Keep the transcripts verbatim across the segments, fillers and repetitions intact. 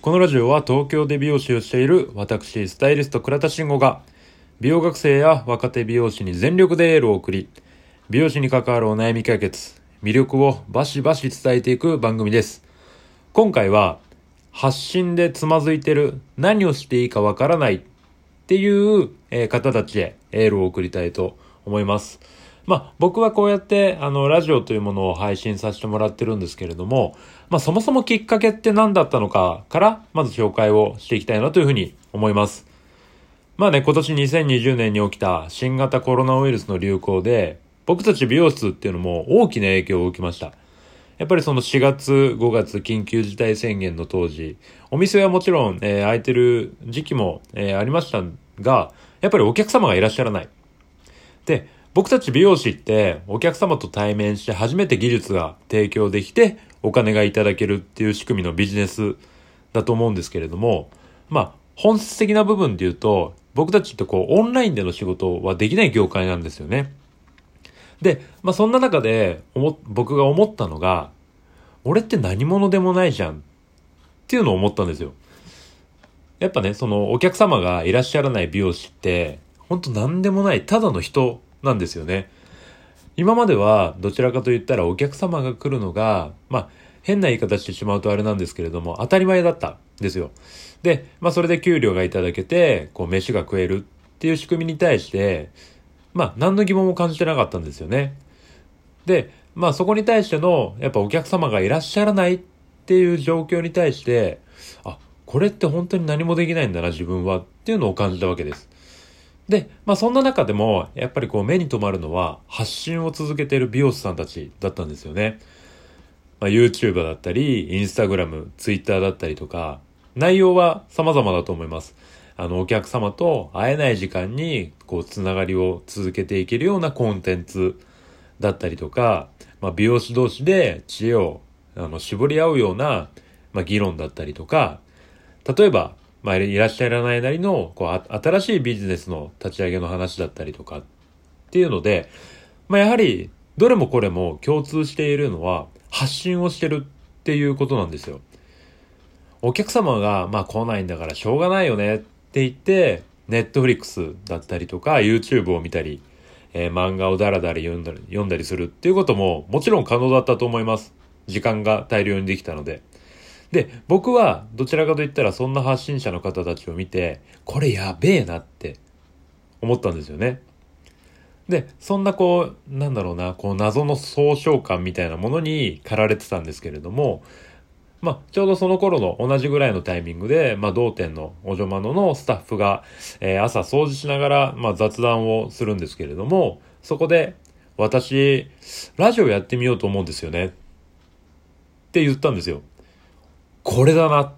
このラジオは東京で美容師をしている私スタイリスト倉田慎吾が美容学生や若手美容師に全力でエールを送り、美容師に関わるお悩み解決、魅力をバシバシ伝えていく番組です。今回は発信でつまずいてる、何をしていいかわからないっていう方たちへエールを送りたいと思います。まあ僕はこうやってあのラジオというものを配信させてもらってるんですけれども、まあそもそもきっかけって何だったのかからまず紹介をしていきたいなというふうに思います。まあね、今年にせんにじゅうねんに起きた新型コロナウイルスの流行で、僕たち美容室っていうのも大きな影響を受けました。やっぱりそのしがつ、ごがつ緊急事態宣言の当時、お店はもちろん、えー、空いてる時期も、えー、ありましたが、やっぱりお客様がいらっしゃらない。で、僕たち美容師ってお客様と対面して初めて技術が提供できてお金がいただけるっていう仕組みのビジネスだと思うんですけれども、まあ本質的な部分で言うと、僕たちってこうオンラインでの仕事はできない業界なんですよね。で、まあそんな中で僕が思ったのが、俺って何者でもないじゃんっていうのを思ったんですよ。やっぱね、そのお客様がいらっしゃらない美容師って本当何でもないただの人なんですよね。今まではどちらかと言ったらお客様が来るのが、まあ変な言い方してしまうとあれなんですけれども、当たり前だったんですよ。で、まあそれで給料がいただけて、こう飯が食えるっていう仕組みに対して、まあ何の疑問も感じてなかったんですよね。で、まあそこに対しての、やっぱお客様がいらっしゃらないっていう状況に対して、あ、これって本当に何もできないんだな自分はっていうのを感じたわけです。で、まあそんな中でも、やっぱりこう目に留まるのは発信を続けている美容師さんたちだったんですよね。まあ、YouTuber だったり、Instagram、Twitter だったりとか、内容は様々だと思います。あの、お客様と会えない時間に、こう、つながりを続けていけるようなコンテンツだったりとか、まあ、美容師同士で知恵を、あの、絞り合うような、まあ、議論だったりとか、例えば、まあ、いらっしゃらないなりの、こう、新しいビジネスの立ち上げの話だったりとかっていうので、まあ、やはり、どれもこれも共通しているのは、発信をしてるっていうことなんですよ。お客様が、まあ来ないんだからしょうがないよねって言って、ネットフリックスだったりとか、YouTube を見たり、えー、漫画をダラダラ読んだり、読んだりするっていうことももちろん可能だったと思います。時間が大量にできたので。で、僕はどちらかと言ったらそんな発信者の方たちを見て、これやべえなって思ったんですよね。で、そんなこう、なんだろうな、こう謎の総称感みたいなものに駆られてたんですけれども、まあ、ちょうどその頃の同じぐらいのタイミングで、まあ、同店のおじょまののスタッフが、えー、朝掃除しながら、まあ、雑談をするんですけれども、そこで、私、ラジオやってみようと思うんですよね。って言ったんですよ。これだなって。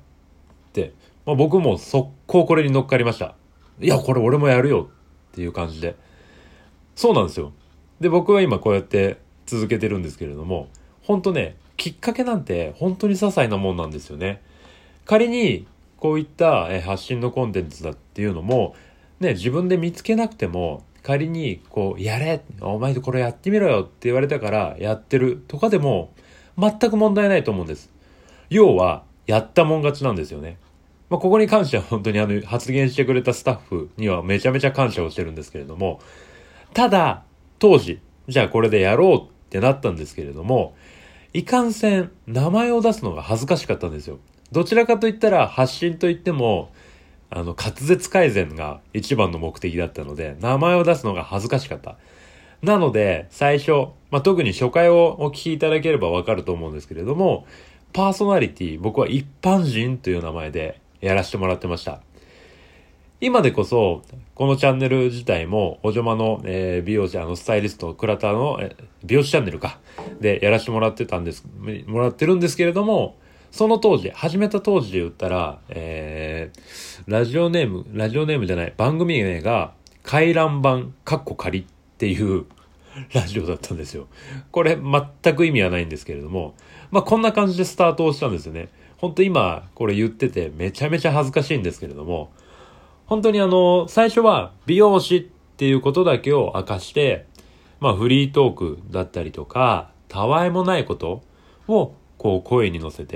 まあ、僕も速攻これに乗っかりました。いや、これ俺もやるよっていう感じで。そうなんですよ。で、僕は今こうやって続けてるんですけれども、本当ね、きっかけなんて本当に些細なもんなんですよね。仮にこういった発信のコンテンツだっていうのも、ね、自分で見つけなくても、仮にこう、やれ、お前とこれやってみろよって言われたからやってるとかでも、全く問題ないと思うんです。要は、やったもん勝ちなんですよね。まあ、ここに関しては本当にあの、発言してくれたスタッフにはめちゃめちゃ感謝をしてるんですけれども、ただ、当時、じゃあこれでやろうってなったんですけれども、いかんせん名前を出すのが恥ずかしかったんですよ。どちらかといったら発信といっても、あの、滑舌改善が一番の目的だったので、名前を出すのが恥ずかしかった。なので、最初、まあ、特に初回をお聞きいただければわかると思うんですけれども、パーソナリティ、僕は一般人という名前でやらせてもらってました。今でこそ、このチャンネル自体も、おじょまの、えー、美容師、あの、スタイリスト、倉田の、えー、美容師チャンネルか、でやらせてもらってたんです、もらってるんですけれども、その当時、始めた当時で言ったら、えー、ラジオネーム、ラジオネームじゃない、番組名が、回覧版、カッコ仮っていうラジオだったんですよ。これ、全く意味はないんですけれども、まあ、こんな感じでスタートをしたんですよね。ほんと今、これ言ってて、めちゃめちゃ恥ずかしいんですけれども、本当にあの、最初は美容師っていうことだけを明かして、まあフリートークだったりとか、たわいもないことをこう声に乗せて、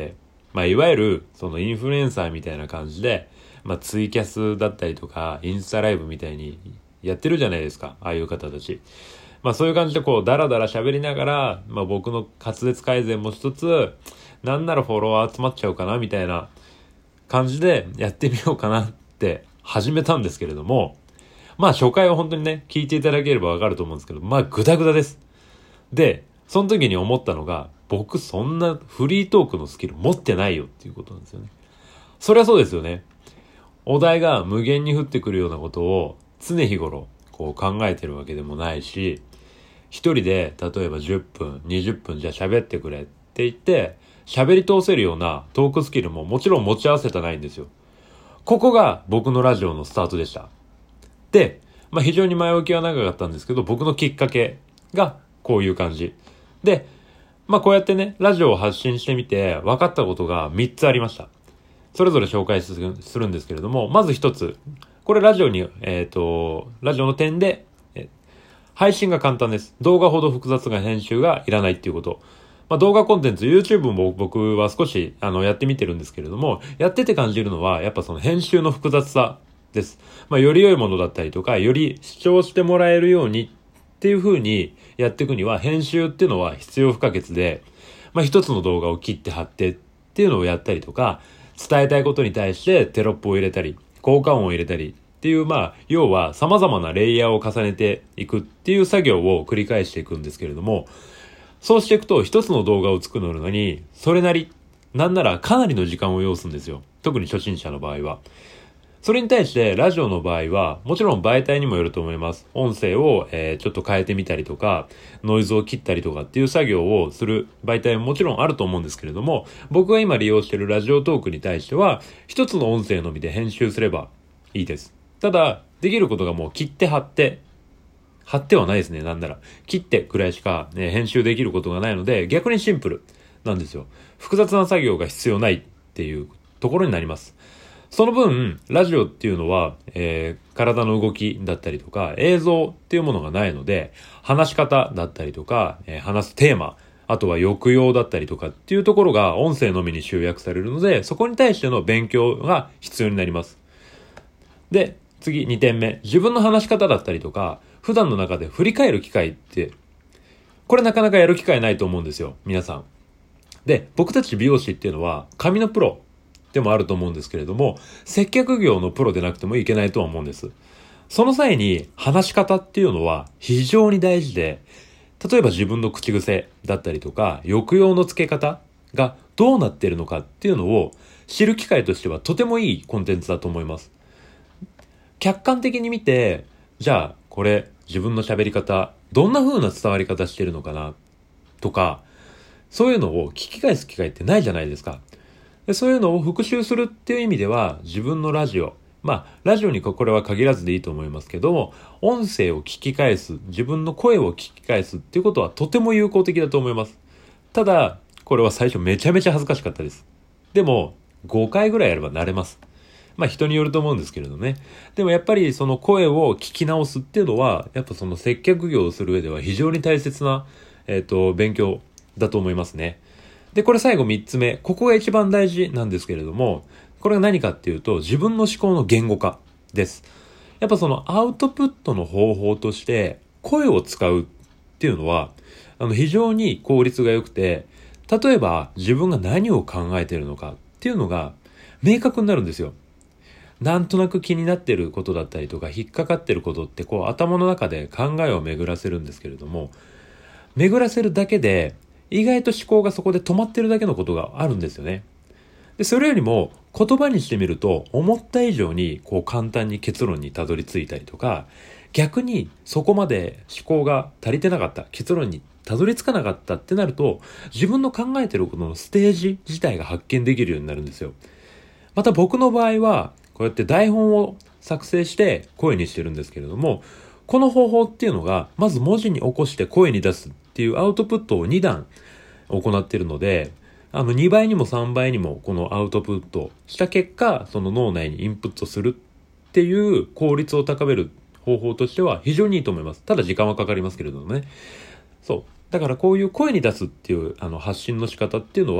まあいわゆるそのインフルエンサーみたいな感じで、まあツイキャスだったりとかインスタライブみたいにやってるじゃないですか、ああいう方たち。まあそういう感じでこうダラダラ喋りながら、まあ僕の滑舌改善も一つ、なんならフォロワー集まっちゃうかなみたいな感じでやってみようかなって始めたんですけれども、まあ初回は本当にね、聞いていただければわかると思うんですけど、まあグダグダです。で、その時に思ったのが、僕そんなフリートークのスキル持ってないよっていうことなんですよね。そりゃそうですよね。お題が無限に降ってくるようなことを常日頃こう考えてるわけでもないし、一人で例えばじゅっぷん、にじゅっぷんじゃあ喋ってくれって言って喋り通せるようなトークスキルももちろん持ち合わせてないんですよ。ここが僕のラジオのスタートでした。で、まあ非常に前置きは長かったんですけど、僕のきっかけがこういう感じ。で、まあこうやってね、ラジオを発信してみて分かったことがみっつありました。それぞれ紹介する、するんですけれども、まず一つ。これラジオに、えっと、ラジオの点で、配信が簡単です。動画ほど複雑な編集がいらないっていうこと。まあ、動画コンテンツ、YouTube も僕は少しあのやってみてるんですけれども、やってて感じるのは、やっぱその編集の複雑さです。まあ、より良いものだったりとか、より視聴してもらえるようにっていう風にやっていくには、編集っていうのは必要不可欠で、まあ、一つの動画を切って貼ってっていうのをやったりとか、伝えたいことに対してテロップを入れたり、効果音を入れたり、っていう、まあ、要は様々なレイヤーを重ねていくっていう作業を繰り返していくんですけれども、そうしていくと一つの動画を作るのに、それなり、なんならかなりの時間を要するんですよ。特に初心者の場合は。それに対してラジオの場合は、もちろん媒体にもよると思います。音声を、えー、ちょっと変えてみたりとか、ノイズを切ったりとかっていう作業をする媒体ももちろんあると思うんですけれども、僕が今利用しているラジオトークに対しては、一つの音声のみで編集すればいいです。ただ、できることがもう切って貼って、貼ってはないですね、なんなら。切ってくらいしか、ね、編集できることがないので、逆にシンプルなんですよ。複雑な作業が必要ないっていうところになります。その分、ラジオっていうのは、えー、体の動きだったりとか、映像っていうものがないので、話し方だったりとか、えー、話すテーマ、あとは抑揚だったりとかっていうところが音声のみに集約されるので、そこに対しての勉強が必要になります。で、次にてんめ。自分の話し方だったりとか、普段の中で振り返る機会って、これなかなかやる機会ないと思うんですよ、皆さん。で、僕たち美容師っていうのは、髪のプロでもあると思うんですけれども、接客業のプロでなくてもいけないとは思うんです。その際に、話し方っていうのは非常に大事で、例えば自分の口癖だったりとか、抑揚の付け方がどうなっているのかっていうのを知る機会としてはとてもいいコンテンツだと思います。客観的に見て、じゃあこれ自分の喋り方どんな風な伝わり方してるのかなとか、そういうのを聞き返す機会ってないじゃないですか。でそういうのを復習するっていう意味では、自分のラジオ、まあラジオにこれは限らずでいいと思いますけども、音声を聞き返す、自分の声を聞き返すっていうことはとても有効的だと思います。ただこれは最初めちゃめちゃ恥ずかしかったです。でもごかいぐらいやれば慣れます。まあ人によると思うんですけれどね。でもやっぱりその声を聞き直すっていうのは、やっぱその接客業をする上では非常に大切な、えっと、勉強だと思いますね。で、これ最後みっつめ。ここが一番大事なんですけれども、これが何かっていうと、自分の思考の言語化です。やっぱそのアウトプットの方法として、声を使うっていうのは、あの非常に効率が良くて、例えば自分が何を考えているのかっていうのが明確になるんですよ。なんとなく気になっていることだったりとか引っかかっていることってこう頭の中で考えを巡らせるんですけれども、巡らせるだけで意外と思考がそこで止まってるだけのことがあるんですよね。でそれよりも言葉にしてみると思った以上にこう簡単に結論にたどり着いたりとか、逆にそこまで思考が足りてなかった、結論にたどり着かなかったってなると、自分の考えていることのステージ自体が発見できるようになるんですよ。また僕の場合はこうやって台本を作成して声にしてるんですけれども、この方法っていうのがまず文字に起こして声に出すっていうアウトプットをに段行っているので、あのにばいにもさんばいにもこのアウトプットした結果、その脳内にインプットするっていう効率を高める方法としては非常にいいと思います。ただ時間はかかりますけれどもね。そう。だからこういう声に出すっていうあの発信の仕方っていうのは、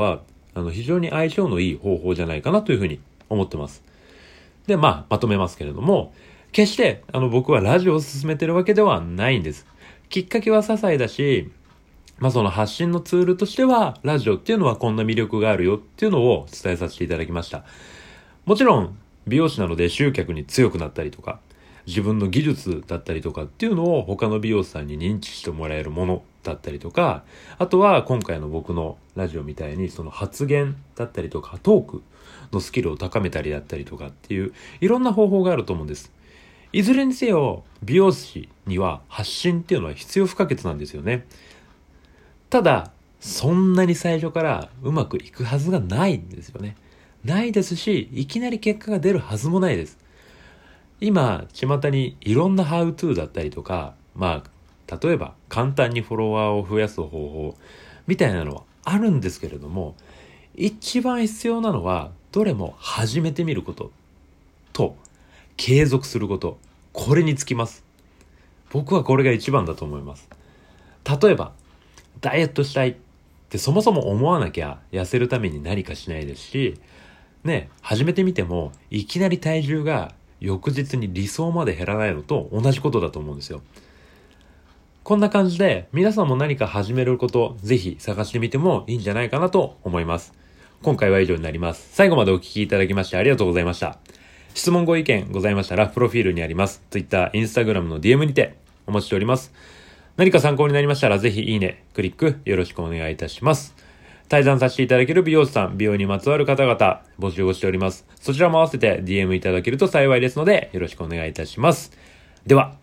あの非常に相性のいい方法じゃないかなというふうに思ってます。で、まあ、まとめますけれども、決して、あの、僕はラジオを進めてるわけではないんです。きっかけは些細だし、まあ、その発信のツールとしては、ラジオっていうのはこんな魅力があるよっていうのを伝えさせていただきました。もちろん、美容師なので集客に強くなったりとか、自分の技術だったりとかっていうのを他の美容師さんに認知してもらえるものだったりとか、あとは今回の僕のラジオみたいにその発言だったりとかトークのスキルを高めたりだったりとかっていういろんな方法があると思うんです。いずれにせよ美容師には発信っていうのは必要不可欠なんですよね。ただそんなに最初からうまくいくはずがないんですよね。ないですし、いきなり結果が出るはずもないです。今巷にいろんなハウトゥーだったりとか、まあ例えば簡単にフォロワーを増やす方法みたいなのはあるんですけれども、一番必要なのはどれも始めてみることと継続すること、これにつきます。僕はこれが一番だと思います。例えばダイエットしたいってそもそも思わなきゃ痩せるために何かしないですしね、始めてみてもいきなり体重が翌日に理想まで減らないのと同じことだと思うんですよ。こんな感じで皆さんも何か始めることぜひ探してみてもいいんじゃないかなと思います。今回は以上になります。最後までお聞きいただきましてありがとうございました。質問ご意見ございましたらプロフィールにあります Twitter、Instagram の ディーエム にてお待ちしております。何か参考になりましたらぜひいいね、クリックよろしくお願いいたします。対談させていただける美容師さん、美容にまつわる方々募集をしております。そちらも合わせて ディーエム いただけると幸いですのでよろしくお願いいたします。では。